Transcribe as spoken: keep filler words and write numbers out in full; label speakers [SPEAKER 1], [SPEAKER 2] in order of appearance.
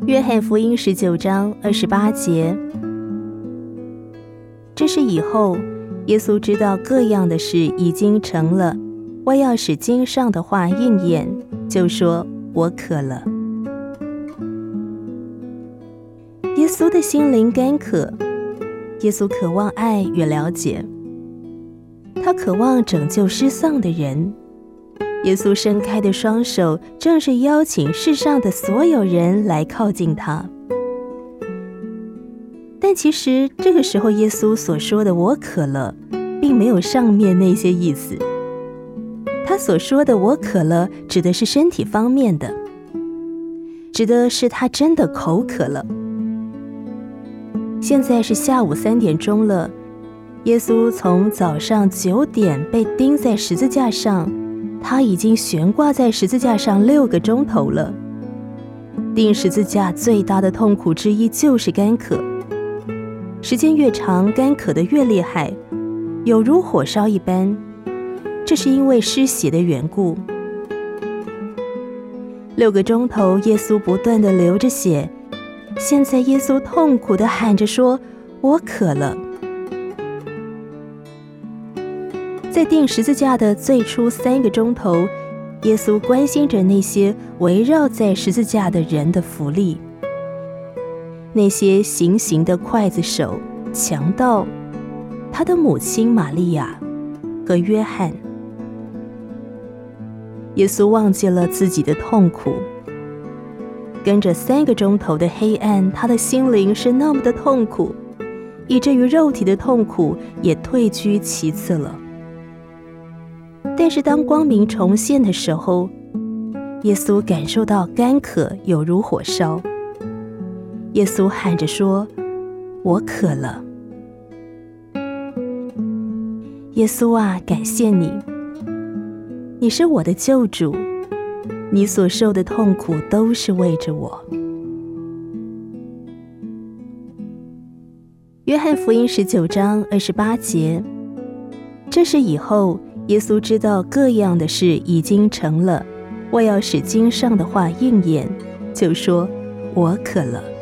[SPEAKER 1] 约翰福音十九章二十八节，这是以后耶稣知道各样的事已经成了，为要使经上的话应验，就说我渴了。耶稣的心灵干渴，耶稣渴望爱与了解，他渴望拯救失丧的人。耶稣伸开的双手正是邀请世上的所有人来靠近他。但其实这个时候耶稣所说的我渴了并没有上面那些意思，他所说的我渴了指的是身体方面的，指的是他真的口渴了。现在是下午三点钟了，耶稣从早上九点被钉在十字架上，他已经悬挂在十字架上六个钟头了。钉十字架最大的痛苦之一就是干渴，时间越长，干渴得越厉害，有如火烧一般，这是因为失血的缘故。六个钟头，耶稣不断地流着血，现在耶稣痛苦地喊着说：“我渴了。”在钉十字架的最初三个钟头，耶稣关心着那些围绕在十字架的人的福利，那些行刑的刽子手、强盗，他的母亲玛利亚和约翰。耶稣忘记了自己的痛苦，跟着三个钟头的黑暗，他的心灵是那么的痛苦，以至于肉体的痛苦也退居其次了。但是当光明重现的时候，耶稣感受到干渴有如火烧。耶稣喊着说：“我渴了。”耶稣啊，感谢你，你是我的救主，你所受的痛苦都是为着我。约翰福音十九章二十八节，这是以后耶稣知道各样的事已经成了，为要使经上的话应验，就说我渴了。